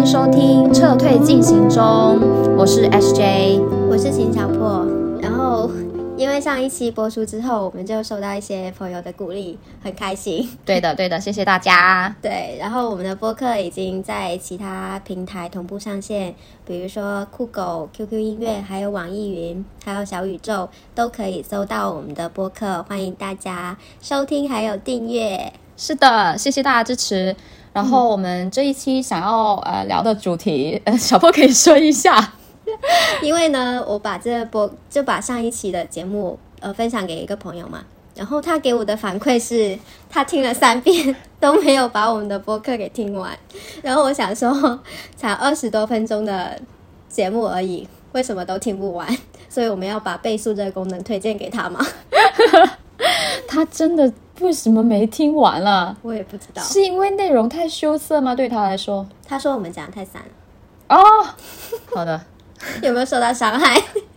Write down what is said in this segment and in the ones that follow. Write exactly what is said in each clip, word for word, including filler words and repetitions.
迎收听撤退进行中，我是 S J， 我是秦小破。然后因为上一期播出之后，我们就收到一些朋友的鼓励，很开心。 对的对的，谢谢大家。 对，然后我们的播客已经在其他平台同步上线，比如说酷狗、Q Q 音乐，还有网易云，还有小宇宙，都可以搜到我们的播客，欢迎大家收听还有订阅。 是的，谢谢大家支持。然后我们这一期想要呃聊的主题，呃，小波可以说一下。 因为呢，我把这个播就把上一期的节目呃分享给一个朋友嘛，然后他给我的反馈是，他听了三遍都没有把我们的播客给听完。然后我想说，才二十多分钟的节目而已，为什么都听不完？所以我们要把倍速这个功能推荐给他吗？ 他真的为什么没听完了？ 我也不知道， 是因为内容太羞涩吗？对他来说， 他说我们讲得太散了。 哦，好的。 有没有受到伤害？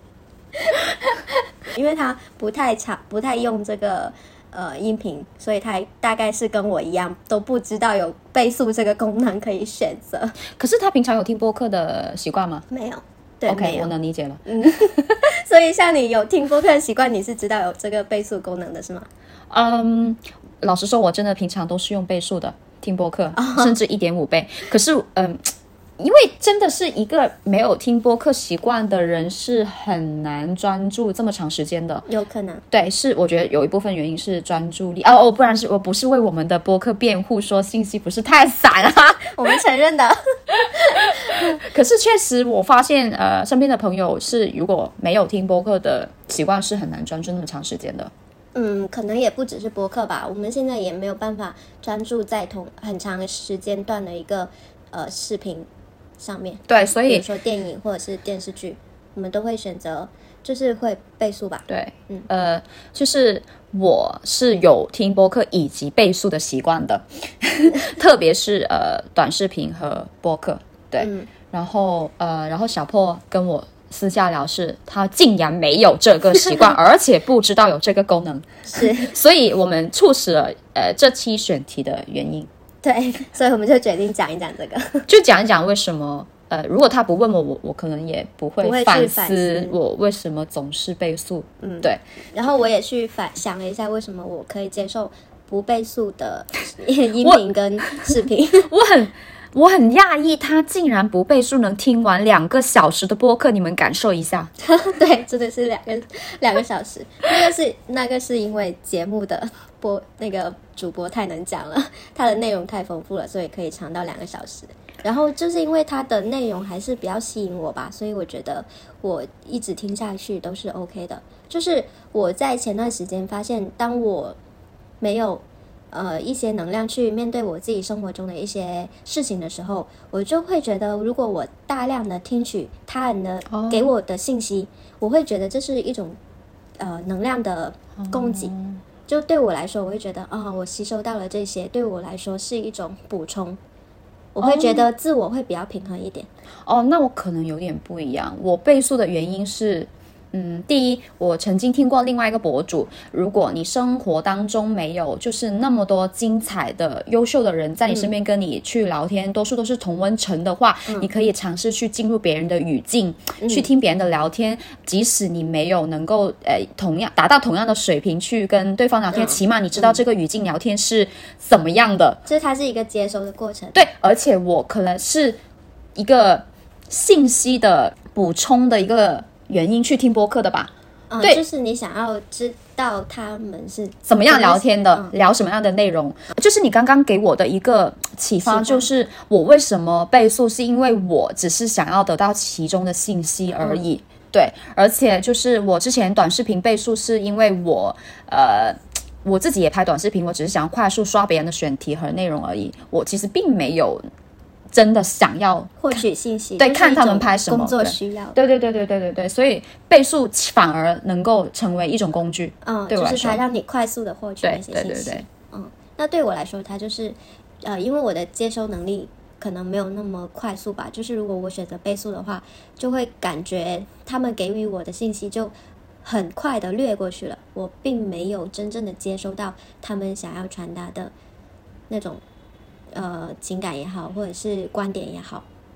因为他不太常不太用这个呃音频，所以他大概是跟我一样都不知道有倍速这个功能可以选择。 可是他平常有听播客的习惯吗？ 没有。对 OK， 没有， 我能理解了。 嗯，所以像你有听播客的习惯，你是知道有这个倍速功能的是吗？ 嗯，老实说，我真的平常都是用倍速的听播客，哦、甚至一点五倍。可是，嗯。因为真的是一个没有听播客习惯的人是很难专注这么长时间的， 有可能。对， 是我觉得有一部分原因是专注力哦哦，不然是我不是为我们的播客辩护，说信息不是太散啊， 我们承认的。 可是确实我发现呃，身边的朋友是如果没有听播客的习惯是很难专注那么长时间的。 嗯，可能也不只是播客吧，我们现在也没有办法专注在同很长的时间段的一个呃视频上面。 对，所以比如说电影或者是电视剧，我们都会选择就是会倍速吧。 对，嗯，呃，就是我是有听播客以及倍速的习惯的，特别是呃短视频和播客。对，嗯、然后呃，然后小破跟我私下聊是，他竟然没有这个习惯，而且不知道有这个功能， 是， 所以我们促使了呃这期选题的原因。 对，所以我们就决定讲一讲这个， 就讲一讲为什么呃，如果他不问我，我我可能也不会反思我为什么总是倍速。嗯，对。 然后我也去反想了一下，为什么我可以接受不倍速的音频跟视频。 我, 我很我很讶异，他竟然不倍速能听完两个小时的播客，你们感受一下。 对，真的是两个两个小时。那个是那个是因为节目的播那个主播太能讲了，他的内容太丰富了，所以可以长到两个小时。然后就是因为它的内容还是比较吸引我吧，所以我觉得我一直听下去都是 OK 的。就是我在前段时间发现，当我没有呃一些能量去面对我自己生活中的一些事情的时候，我就会觉得，如果我大量的听取他人的给我的信息， oh. 我会觉得这是一种呃能量的供给。Oh. 就对我来说，我会觉得啊、哦，我吸收到了这些，对我来说是一种补充。我会觉得自我会比较平衡一点。 哦，那我可能有点不一样。我倍速的原因是，嗯，第一，我曾经听过另外一个博主，如果你生活当中没有就是那么多精彩的优秀的人在你身边跟你去聊天，嗯、多数都是同温层的话，嗯、你可以尝试去进入别人的语境，嗯、去听别人的聊天，即使你没有能够呃同样达到同样的水平去跟对方聊天，嗯、起码你知道这个语境聊天是怎么样的， 就是它是一个接收的过程。 对，而且我可能是一个信息的补充的一个原因去听播客的吧。 嗯，对，就是你想要知道他们是怎么样聊天的，嗯、聊什么样的内容。就是你刚刚给我的一个启发，就是我为什么倍速，是因为我只是想要得到其中的信息而已。嗯、对，而且就是我之前短视频倍速是因为我呃。我自己也拍短视频，我只是想要快速刷别人的选题和内容而已。我其实并没有真的想要获取信息， 对，看他们拍什么工作需要， 对对对对对对对，所以倍速反而能够成为一种工具。 嗯， 对我来说， 就是它让你快速的获取那些信息。 对对对对， 嗯，那对我来说，它就是呃，因为我的接收能力可能没有那么快速吧。就是如果我选择倍速的话，就会感觉他们给予我的信息就很快的掠过去了，我并没有真正的接收到他们想要传达的那种呃情感也好，或者是观点也好。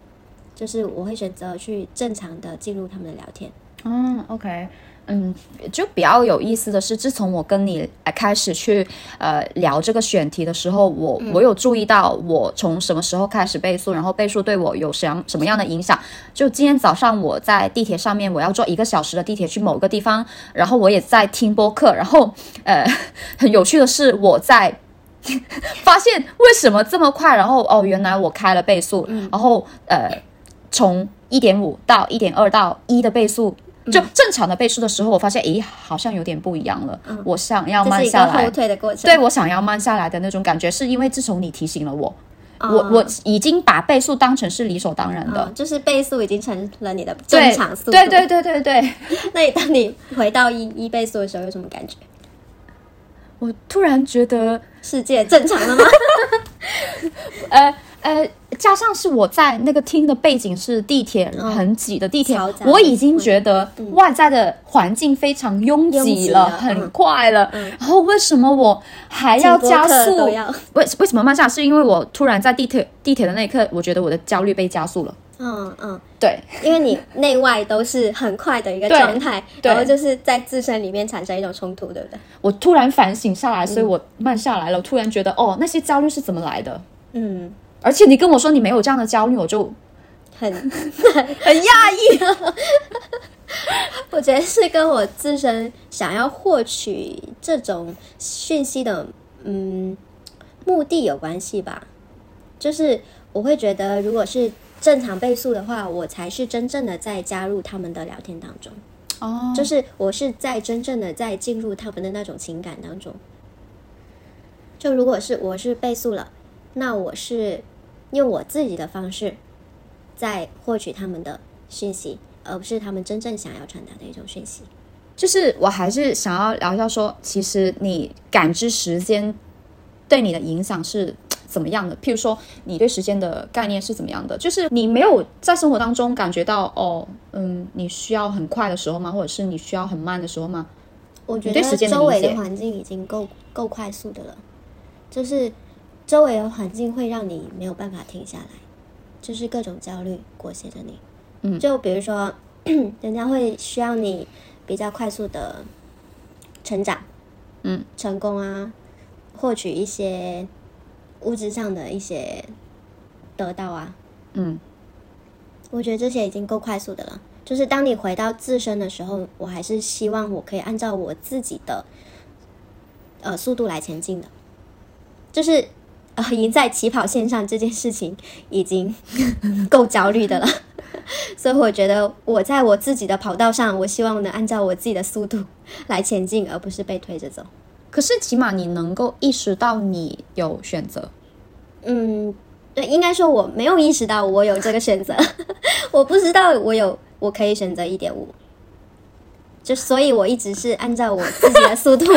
就是我会选择去正常的进入他们的聊天。 嗯 ，OK。嗯，就比较有意思的是，自从我跟你开始去呃聊这个选题的时候，我、嗯、我有注意到我从什么时候开始背诵，然后背诵对我有什么什么样的影响。就今天早上我在地铁上面，我要坐一个小时的地铁去某个地方，然后我也在听播客，然后呃很有趣的是我在发现为什么这么快，然后哦原来我开了倍速，嗯、然后呃从 一点五 到 一点二 到一的倍速。就正常的倍速的时候，我发现，诶，好像有点不一样了。嗯、我想要慢下来， 这是一个后退的过程。 对，我想要慢下来的那种感觉，是因为自从你提醒了我，哦、我我已经把倍速当成是理所当然的， 哦、就是倍速已经成了你的正常速度。 对对对对对对。 那你当你回到一一倍速的时候，有什么感觉？ 我突然觉得世界正常了吗？ 呃。呃，加上是我在那个听的背景是地铁，嗯、很挤的地铁，我已经觉得外在的环境非常拥挤了，嗯、很快了。嗯、然后为什么我还要加速？为为什么慢下来？是因为我突然在地铁地铁的那一刻，我觉得我的焦虑被加速了。 嗯嗯， 对， 因为你内外都是很快的一个状态，然后就是在自身里面产生一种冲突，对不对？ 我突然反省下来，所以我慢下来了。我突然觉得，哦，那些焦虑是怎么来的？嗯。而且你跟我说你没有这样的焦虑，我就很很讶异。 我觉得是跟我自身想要获取这种讯息的嗯目的有关系吧。就是我会觉得，如果是正常倍速的话，我才是真正的在加入他们的聊天当中。哦，就是我是在真正的在进入他们的那种情感当中。就如果是我是倍速了，那我是用我自己的方式在获取他们的讯息，而不是他们真正想要传达的一种讯息。 就是我还是想要聊一下说，其实你感知时间对你的影响是怎么样的？譬如说你对时间的概念是怎么样的？就是你没有在生活当中感觉到哦，嗯，你需要很快的时候吗？或者是你需要很慢的时候吗？ 我觉得周围的环境已经够够快速的了，就是周围的环境会让你没有办法停下来，就是各种焦虑裹挟着你。嗯，就比如说，人家会需要你比较快速的成长，嗯，成功啊，获取一些物质上的一些得到啊，嗯，我觉得这些已经够快速的了。就是当你回到自身的时候，我还是希望我可以按照我自己的呃速度来前进的，就是呃赢在起跑线上这件事情已经够焦虑的了。所以我觉得我在我自己的跑道上，我希望能按照我自己的速度来前进，而不是被推着走。 可是起码你能够意识到你有选择。 嗯，对，应该说我没有意识到我有这个选择。我不知道我有我可以选择 一点五， 就所以我一直是按照我自己的速度。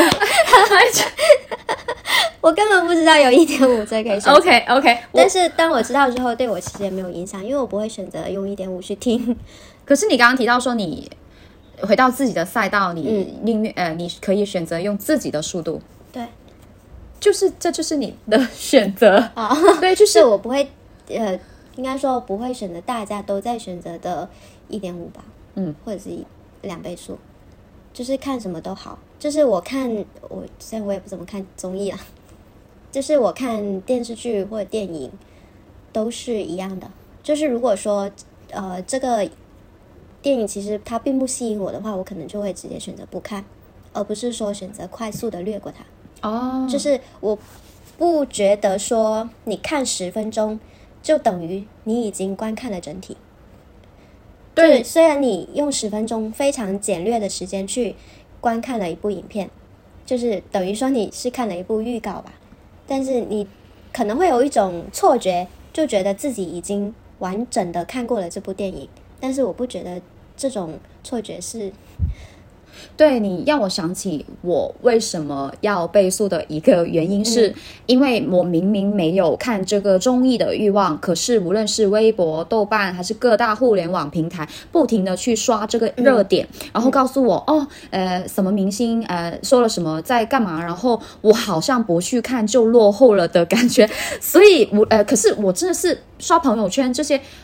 我根本不知道有 一点五 这可以选择。 OK OK， 但是当我知道之后，对我其实也没有影响，因为我不会选择用 一点五 去听。 可是你刚刚提到说你回到自己的赛道，你宁愿、嗯、呃，你可以选择用自己的速度。 对， 就是这就是你的选择啊。对，就是我不会呃，应该说不会选择大家都在选择的 一点五 吧，嗯，或者是两倍速，就是看什么都好。就是我看我虽然我也不怎么看综艺啊，就是我看电视剧或者电影都是一样的。就是如果说呃这个电影其实它并不吸引我的话，我可能就会直接选择不看，而不是说选择快速的略过它。哦，就是我不觉得说你看十分钟就等于你已经观看了整体。对，虽然你用十分钟非常简略的时间去观看了一部影片，就是等于说你是看了一部预告吧，但是你可能会有一种错觉，就觉得自己已经完整的看过了这部电影。但是我不觉得这种错觉是。 对，你让我想起我为什么要倍速的一个原因是、嗯、因为我明明没有看这个综艺的欲望，可是无论是微博、豆瓣还是各大互联网平台不停的去刷这个热点、嗯、然后告诉我、嗯、哦呃什么明星呃说了什么在干嘛，然后我好像不去看就落后了的感觉。所以我呃可是我真的是刷朋友圈这些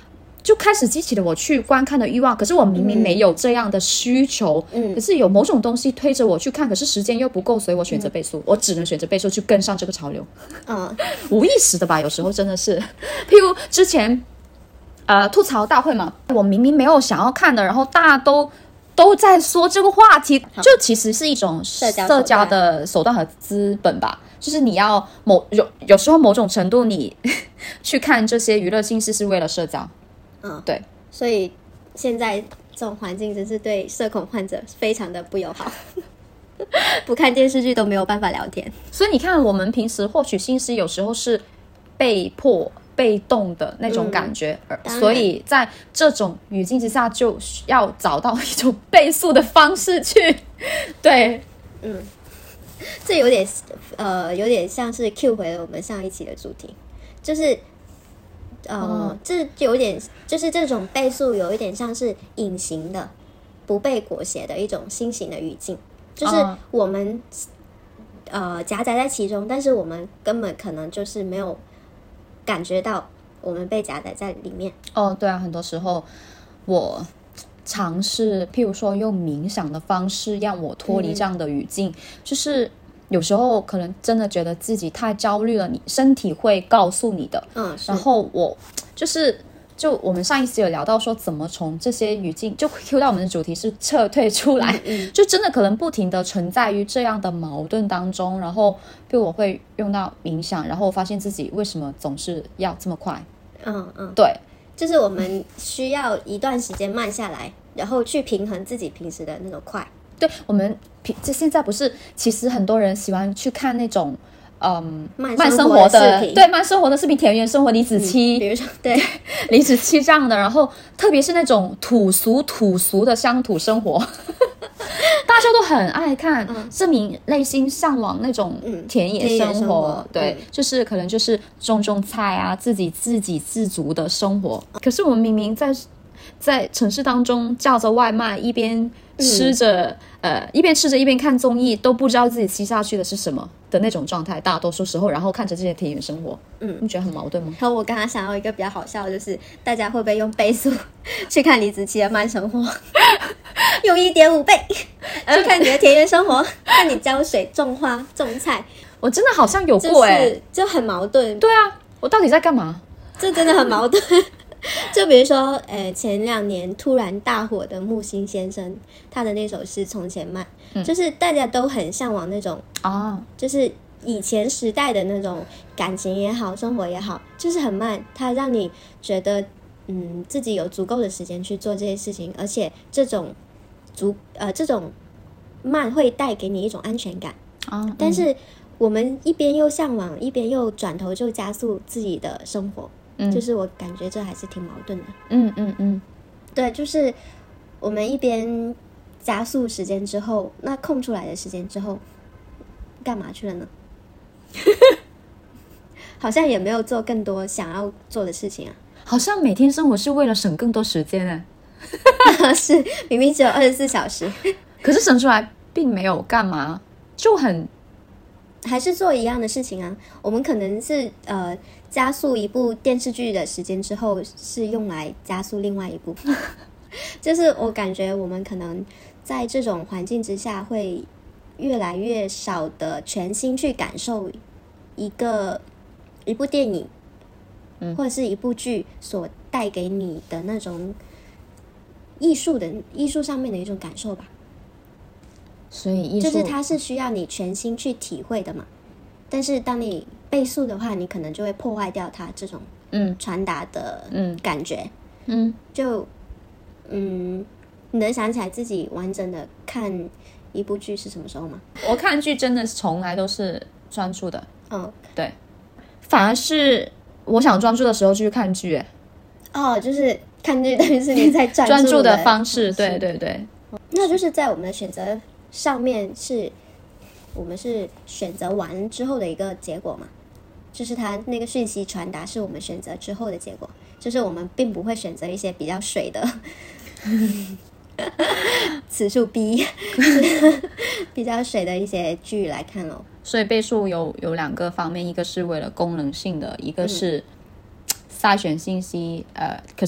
就开始激起了我去观看的欲望。可是我明明没有这样的需求，嗯，可是有某种东西推着我去看，可是时间又不够，所以我选择倍速，嗯、我只能选择倍速去跟上这个潮流。嗯，无意识的吧，有时候真的是，譬如之前。呃，吐槽大会嘛，我明明没有想要看的，然后大家都都在说这个话题，就其实是一种社交的手段和资本吧。就是你要某有有时候某种程度你去看这些娱乐性事是为了社交，嗯，对。 所以现在这种环境真是对社恐患者非常的不友好。不看电视剧都没有办法聊天， 所以你看，我们平时获取信息有时候是被迫。被动的那种感觉、嗯、所以在这种语境之下就要找到一种倍速的方式去对嗯，这有点呃有点像是 Q 回了我们上一期的主题，就是呃、嗯、这有点就是这种倍速有一点像是隐形的不被裹挟的一种新型的语境，就是我们、嗯、呃夹杂在其中，但是我们根本可能就是没有感觉到我们被夹杂在里面。 哦，对啊，很多时候我尝试譬如说用冥想的方式让我脱离这样的语境、嗯、就是有时候可能真的觉得自己太焦虑了，你身体会告诉你的。嗯，然后我就是就我们上一次有聊到说怎么从这些语境就 Q 到我们的主题是撤退出来、嗯嗯、就真的可能不停的存在于这样的矛盾当中，然后比如我会用到冥想，然后我发现自己为什么总是要这么快。 嗯嗯， 对， 就是我们需要一段时间慢下来，然后去平衡自己平时的那种快。 对，我们这现在不是其实很多人喜欢去看那种嗯， 慢生活的对慢生活的视频，田园生活李子柒、 嗯、比如说对李子柒这样的，然后特别是那种土俗土俗的乡土生活大家都很爱看，嗯、证明内心向往那种田野生活，嗯、生活对、嗯、就是可能就是种种菜啊，自己自给自足的生活。可是我们明明在在城市当中叫着外卖，一边吃着、嗯、呃一边吃着一边看综艺，都不知道自己吃下去的是什么的那种状态，大多数时候，然后看着这些田园生活，嗯，你觉得很矛盾吗？ 然后我刚刚想到一个比较好笑的，就是大家会不会用倍速去看李子柒的慢生活用 一点五 倍去看你的田园生活看你浇水种花种菜。 我真的好像有过哎、 欸，就很矛盾。 对啊，我到底在干嘛？ 这真的很矛盾就比如说呃，前两年突然大火的木心先生，他的那首诗《从前慢》，嗯，就是大家都很向往那种啊，就是以前时代的那种感情也好，生活也好，就是很慢，它让你觉得嗯自己有足够的时间去做这些事情，而且这种足呃这种慢会带给你一种安全感啊、嗯。但是我们一边又向往，一边又转头就加速自己的生活。嗯，就是我感觉这还是挺矛盾的。 嗯嗯嗯， 对，就是我们一边加速时间之后，那空出来的时间之后干嘛去了呢？好像也没有做更多想要做的事情啊。 好像每天生活是为了省更多时间哎。 是，明明只有二十四小时， 可是省出来并没有干嘛，就很还是做一样的事情啊。我们可能是呃加速一部电视剧的时间之后，是用来加速另外一部。就是我感觉我们可能在这种环境之下，会越来越少的全心去感受一个一部电影，嗯，或者是一部剧所带给你的那种艺术的艺术上面的一种感受吧。 所以艺术就是它是需要你全心去体会的嘛，但是当你倍速的话，你可能就会破坏掉它这种嗯传达的嗯感觉。嗯，就嗯你能想起来自己完整的看一部剧是什么时候吗？ 我看剧真的从来都是专注的。 嗯， 对，反而是我想专注的时候就去看剧。 哦，就是看剧等于是你在专注 的, 专注的方式。对对对， 那就是在我们的选择上面，是我们是选择完之后的一个结果嘛，就是它那个讯息传达是我们选择之后的结果，就是我们并不会选择一些比较水的此处 B 比较水的一些剧来看咯。 所以倍数有有两个方面，一个是为了功能性的，一个是筛选信息、嗯、呃，可是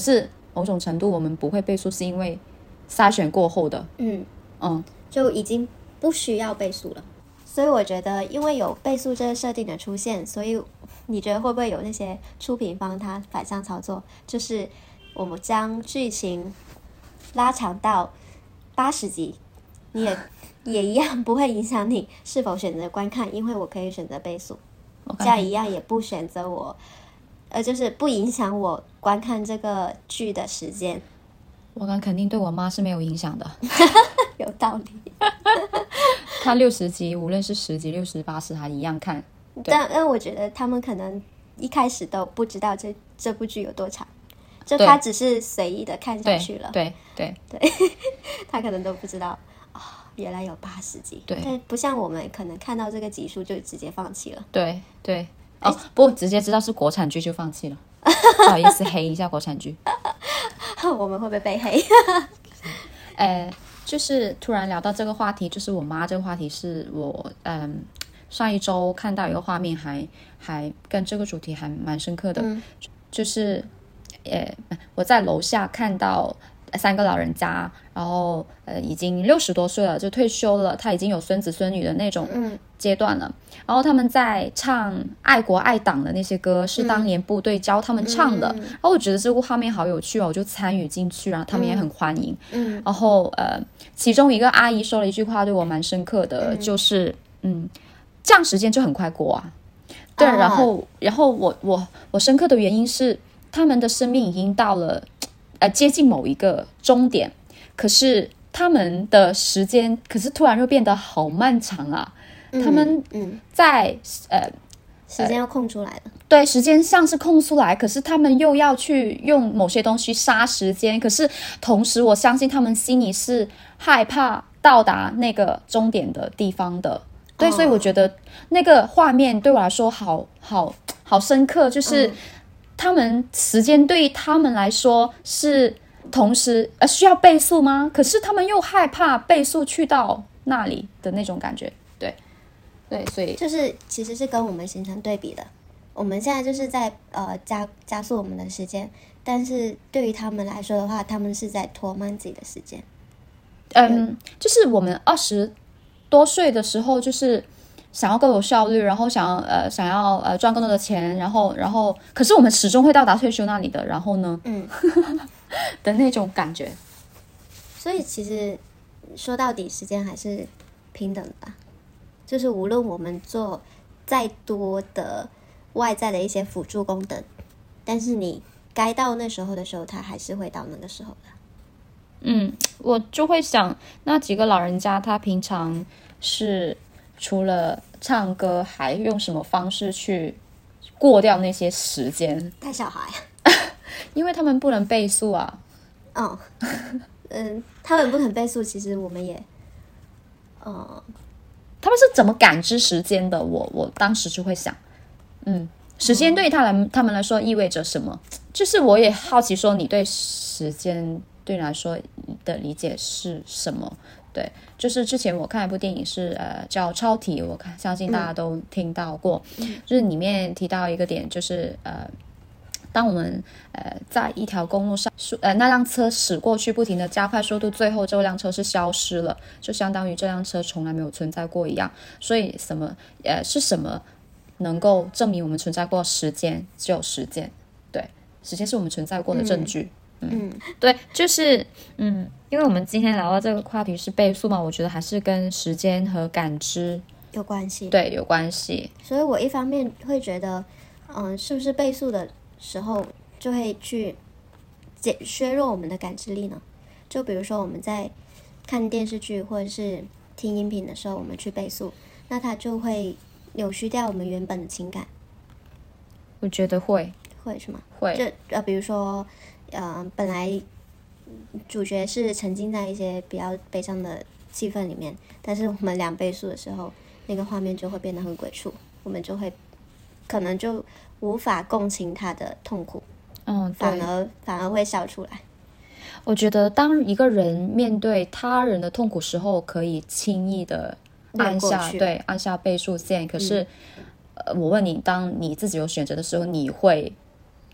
某种程度我们不会倍速是因为筛选过后的， 嗯嗯， 就已经不需要倍速了。所以我觉得因为有倍速这个设定的出现，所以你觉得会不会有那些出品方他反向操作，就是我们将剧情拉长到八十集，你也也一样不会影响你是否选择观看，因为我可以选择倍速，这样一样也不选择我呃，就是不影响我观看这个剧的时间。 我刚肯定对我妈是没有影响的有道理她六十集无论是十集六十八十她一样看， 但但我觉得他们可能一开始都不知道这这部剧有多长，就他只是随意的看下去了， 对对对对他可能都不知道啊、哦，原来有八十集， 对， 但不像我们可能看到这个集数就直接放弃了， 对对哦，不直接知道是国产剧就放弃了不好意思黑一下国产剧我们会不会被黑呃，就是突然聊到这个话题，就是我妈这个话题是我嗯上一周看到一个画面还还跟这个主题还蛮深刻的、嗯、就是呃我在楼下看到三个老人家，然后呃已经六十多岁了，就退休了，他已经有孙子孙女的那种阶段了、嗯、然后他们在唱爱国爱党的那些歌是当年部队教他们唱的、嗯、然后我觉得这个画面好有趣哦，我就参与进去，然后他们也很欢迎、嗯、然后呃其中一个阿姨说了一句话对我蛮深刻的、嗯、就是嗯这样时间就很快过啊，对、啊、然后然后我我我深刻的原因是他们的生命已经到了呃，接近某一个终点，可是他们的时间可是突然又变得好漫长啊、嗯、他们在、嗯、呃时间又空出来了、呃、 对，时间像是空出来，可是他们又要去用某些东西杀时间，可是同时我相信他们心里是害怕到达那个终点的地方的，对、哦、所以我觉得那个画面对我来说好好好深刻，就是、嗯他们时间对他们来说是同时呃需要倍速吗？可是他们又害怕倍速去到那里的那种感觉，对对，所以就是其实是跟我们形成对比的。我们现在就是在呃加加速我们的时间，但是对于他们来说的话，他们是在拖慢自己的时间。 嗯，就是我们二十多岁的时候，就是想要更有效率，然后想要呃想要呃赚更多的钱，然后然后可是我们始终会到达退休那里的，然后呢，嗯的那种感觉。 所以其实说到底，时间还是平等的吧。就是无论我们做再多的外在的一些辅助功能，但是你该到那时候的时候，它还是会到那个时候的。 嗯，我就会想那几个老人家，他平常是除了唱歌还用什么方式去过掉那些时间？ 带小孩因为他们不能倍速啊。 哦，嗯，他们不能倍速，其实我们也呃他们是怎么感知时间的？我我当时就会想嗯时间对他来他们来说意味着什么？就是我也好奇说你对时间对你来说的理解是什么？对，就是之前我看一部电影是呃叫超体，我看相信大家都听到过、嗯、就是里面提到一个点，就是呃当我们呃在一条公路上呃那辆车驶过去，不停的加快速度，最后这辆车是消失了，就相当于这辆车从来没有存在过一样。所以什么呃是什么能够证明我们存在过？时间，只有时间。对，时间是我们存在过的证据。嗯，嗯对，就是嗯，因为我们今天聊到这个话题是倍速嘛，我觉得还是跟时间和感知有关系。 对，有关系。 所以我一方面会觉得，嗯，是不是倍速的时候就会去减削弱我们的感知力呢？就比如说我们在看电视剧或者是听音频的时候，我们去倍速，那它就会扭曲掉我们原本的情感。 我觉得会会是吗？ 会。 就呃，比如说，呃，本来主角是沉浸在一些比较悲伤的气氛里面，但是我们两倍速的时候，那个画面就会变得很鬼畜，我们就会可能就无法共情他的痛苦， 嗯， 反而反而会笑出来。 我觉得当一个人面对他人的痛苦时候，可以轻易的按下对按下倍速键，可是、嗯呃、我问你，当你自己有选择的时候，你会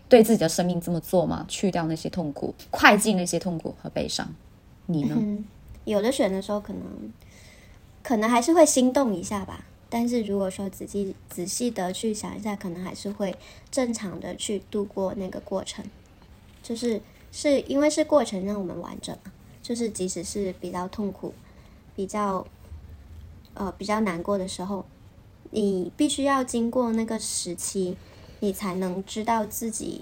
对自己的生命这么做吗？去掉那些痛苦，快进那些痛苦和悲伤。你呢？ 嗯，有的选的时候可能可能还是会心动一下吧，但是如果说仔细仔细的去想一下，可能还是会正常的去度过那个过程，就是是因为是过程让我们完整嘛，就是即使是比较痛苦、比较呃比较难过的时候，你必须要经过那个时期，你才能知道自己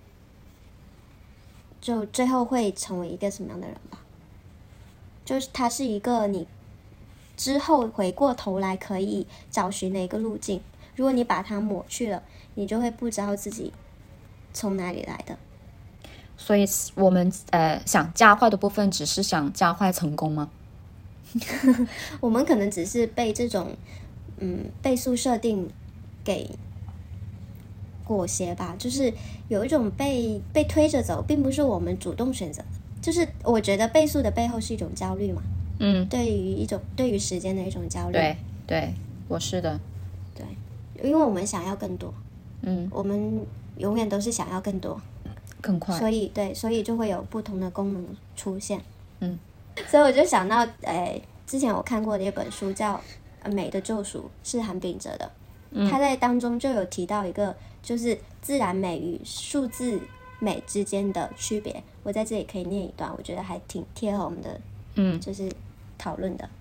就最后会成为一个什么样的人吧。就是它是一个你之后回过头来可以找寻的一个路径，如果你把它抹去了，你就会不知道自己从哪里来的。 所以我们呃想加快的部分只是想加快成功吗？ 我们可能只是被这种嗯倍速设定给裹挟吧，就是有一种被被推着走，并不是我们主动选择的。就是我觉得倍速的背后是一种焦虑嘛， 嗯， 对于一种对于时间的一种焦虑。 对对，我是的， 对，因为我们想要更多， 嗯， 我们永远都是想要更多， 更快， 所以对，所以就会有不同的功能出现。 嗯， 所以我就想到，哎，之前我看过的一本书叫《美的救赎》，是韩炳哲的，嗯，他在当中就有提到一个，就是自然美与数字美之间的区别。我在这里可以念一段，我觉得还挺贴合我们的， 嗯， 就是讨论的。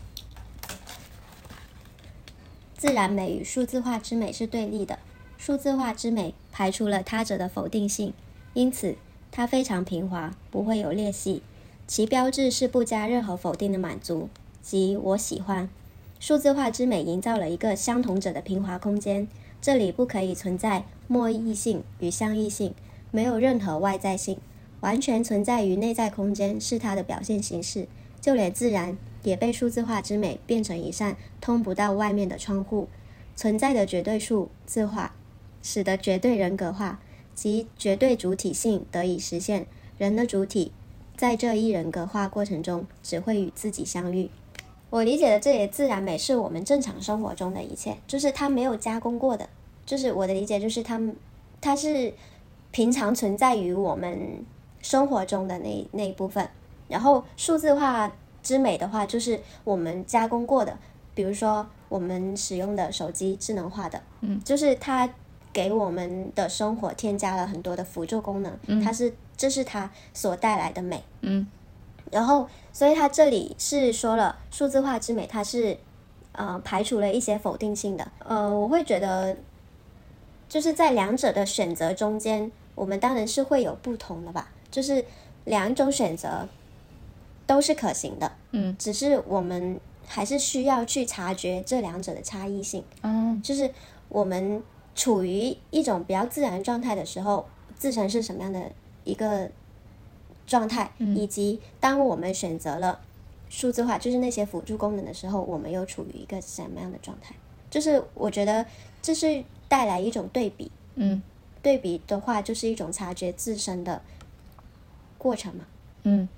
自然美与数字化之美是对立的，数字化之美排除了他者的否定性，因此它非常平滑，不会有裂隙，其标志是不加任何否定的满足，即我喜欢。数字化之美营造了一个相同者的平滑空间，这里不可以存在莫异性与相异性，没有任何外在性，完全存在于内在空间，是它的表现形式。就连自然也被数字化之美变成一扇通不到外面的窗户，存在的绝对数字化使得绝对人格化及绝对主体性得以实现。人的主体在这一人格化过程中只会与自己相遇。我理解的这里的自然美是我们正常生活中的一切，就是它没有加工过的，就是我的理解就是它它是平常存在于我们生活中的那那一部分。然后数字化之美的话，就是我们加工过的，比如说我们使用的手机智能化的，嗯，就是它给我们的生活添加了很多的辅助功能，嗯，它是这是它所带来的美， 嗯， 然后所以它这里是说了数字化之美，它是呃排除了一些否定性的，呃，我会觉得就是在两者的选择中间，我们当然是会有不同的吧，就是两种选择都是可行的， 嗯， 只是我们还是需要去察觉这两者的差异性， 嗯， 就是我们处于一种比较自然状态的时候，自身是什么样的一个状态， 嗯， 以及当我们选择了数字化，就是那些辅助功能的时候，我们又处于一个什么样的状态？就是我觉得这是带来一种对比， 嗯， 对比的话就是一种察觉自身的过程嘛， 嗯。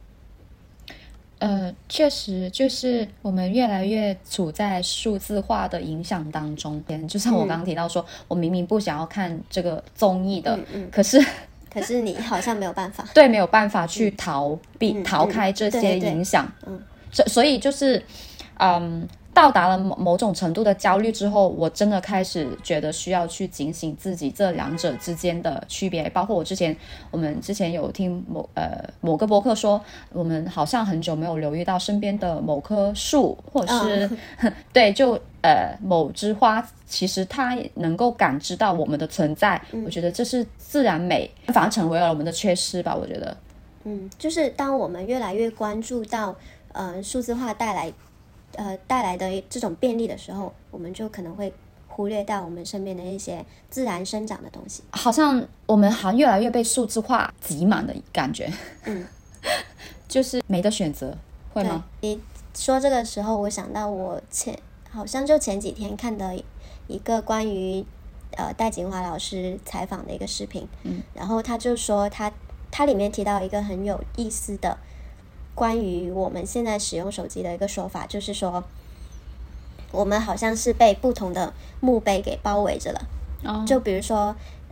呃，确实就是我们越来越处在数字化的影响当中。就像我刚刚提到说，嗯，我明明不想要看这个综艺的， 嗯嗯， 可是可是你好像没有办法， 对，没有办法去逃避、 嗯、 逃开这些影响。 嗯， 所所以就是，嗯。到达了某某种程度的焦虑之后，我真的开始觉得需要去警醒自己这两者之间的区别。包括我之前，我们之前有听某呃某个播客说，我们好像很久没有留意到身边的某棵树，或者是、嗯、对，就呃某枝花，其实它能够感知到我们的存在。嗯、我觉得这是自然美，反而成为了我们的缺失吧。我觉得， 嗯，就是当我们越来越关注到呃数字化带来。呃，带来的这种便利的时候，我们就可能会忽略到我们身边的一些自然生长的东西。 好像我们好像越来越被数字化挤满的感觉。 嗯， 就是没得选择，会吗？ 你说这个时候，我想到我前好像就前几天看的一个关于呃戴锦华老师采访的一个视频， 嗯， 然后他就说他他里面提到一个很有意思的。关于我们现在使用手机的一个说法，就是说我们好像是被不同的墓碑给包围着了。 哦， 就比如说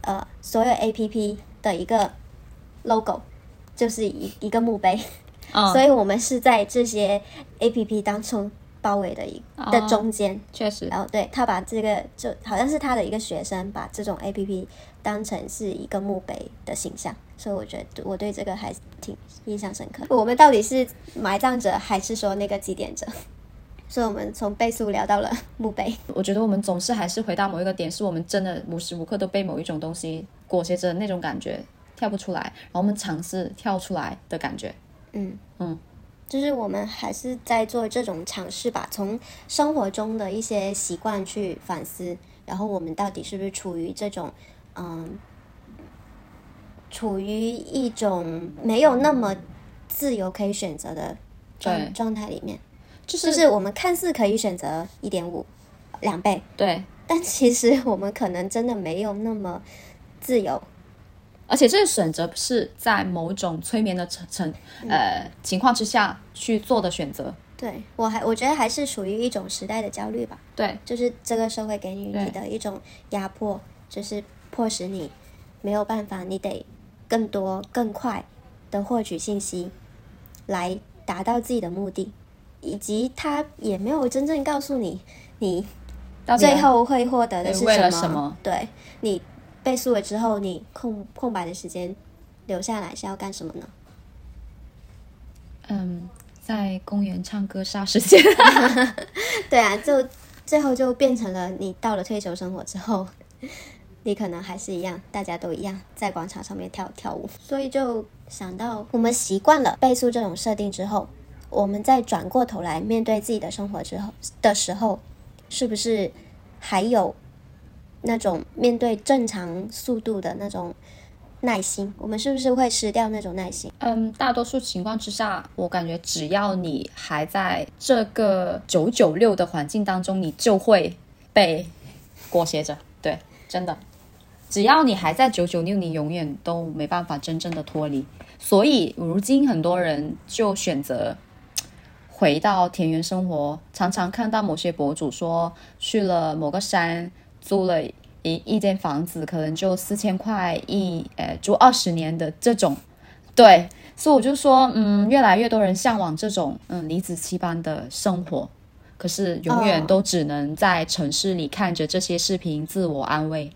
呃所有 A P P 的一个 logo， 就是一一个墓碑， 嗯， 所以我们是在这些 A P P 当中包围的一、 哦、 的中间， 确实， 然后对他把这个就好像是他的一个学生把这种 A P P 当成是一个墓碑的形象，所以我觉得我对这个还挺印象深刻。我们到底是埋葬者还是说那个祭奠者？所以我们从倍速聊到了墓碑。 我觉得我们总是还是回到某一个点，是我们真的无时无刻都被某一种东西裹挟着那种感觉跳不出来，然后我们尝试跳出来的感觉。 嗯嗯， 就是我们还是在做这种尝试吧，从生活中的一些习惯去反思，然后我们到底是不是处于这种嗯，处于一种没有那么自由可以选择的状状态里面。就是、就是我们看似可以选择 一点五 两倍， 对， 但其实我们可能真的没有那么自由， 而且这个选择是在某种催眠的成呃、嗯、情况之下去做的选择。 对，我还我觉得还是属于一种时代的焦虑吧。 对， 就是这个社会给予你的一种压迫，就是迫使你没有办法，你得更多更快的获取信息来达到自己的目的。以及他也没有真正告诉你你最后会获得的是什么， 为了什么？ 对，你倍速了之后，你空空白的时间留下来是要干什么呢？ 嗯，在公园唱歌杀时间。 对啊，就最后就变成了你到了退休生活之后，你可能还是一样，大家都一样在广场上面跳跳舞。所以就想到我们习惯了倍速这种设定之后，我们再转过头来面对自己的生活之后的时候，是不是还有那种面对正常速度的那种耐心？我们是不是会失掉那种耐心？ 嗯，大多数情况之下，我感觉只要你还在这个九九六的环境当中，你就会被裹挟着。对，真的，只要你还在九九六，你永远都没办法真正的脱离。所以如今很多人就选择回到田园生活，常常看到某些博主说去了某个山租了一一间房子，可能就四千块一呃住二十年的这种。对，所以我就说嗯，越来越多人向往这种嗯李子柒般的生活，可是永远都只能在城市里看着这些视频自我安慰。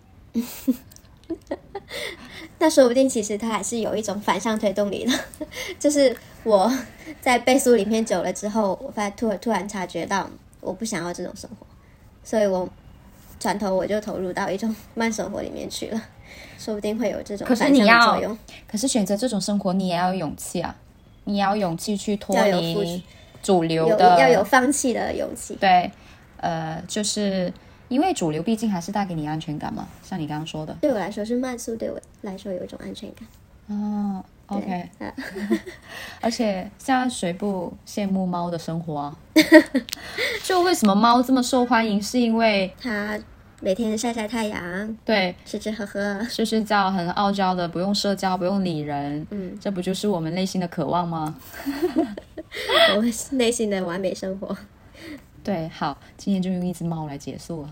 那说不定其实它还是有一种反向推动力的，就是我在倍速里面久了之后，我发现突突然察觉到我不想要这种生活，所以我转头我就投入到一种慢生活里面去了，说不定会有这种反向的作用。 可是你要，可是选择这种生活你也要有勇气啊，你也要勇气去脱离主流的， 要有放弃的勇气。 对，呃，就是因为主流毕竟还是带给你安全感嘛，像你刚刚说的。 对我来说是慢速，对我来说有一种安全感。 哦 ，OK 。而且现在谁不羡慕猫的生活啊？就为什么猫这么受欢迎，是因为它每天晒晒太阳， 对， 吃吃喝喝， 睡睡觉，很傲娇的，不用社交，不用理人。 嗯， 这不就是我们内心的渴望吗？ 我们内心的完美生活。 对，好，今天就用一只猫来结束了。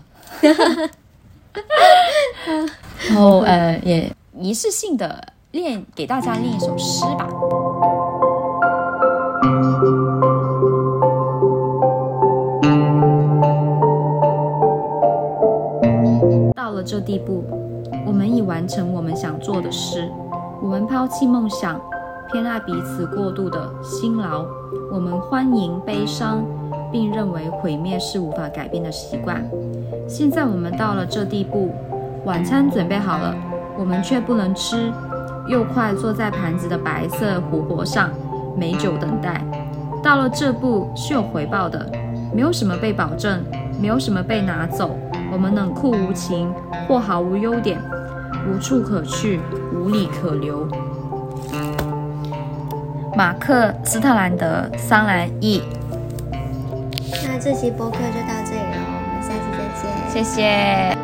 然后呃，也仪式性的练给大家练一首诗吧。到了这地步，我们已完成我们想做的事，我们抛弃梦想，偏爱彼此过度的辛劳，我们欢迎悲伤，并认为毁灭是无法改变的习惯。现在我们到了这地步，晚餐准备好了，我们却不能吃，又快坐在盘子的白色湖泊上，美酒等待。到了这步是有回报的，没有什么被保证，没有什么被拿走，我们冷酷无情，或毫无优点，无处可去，无理可留。马克·斯特兰德·桑兰译。 那这期播客就到这里了，我们下期再见。 谢谢。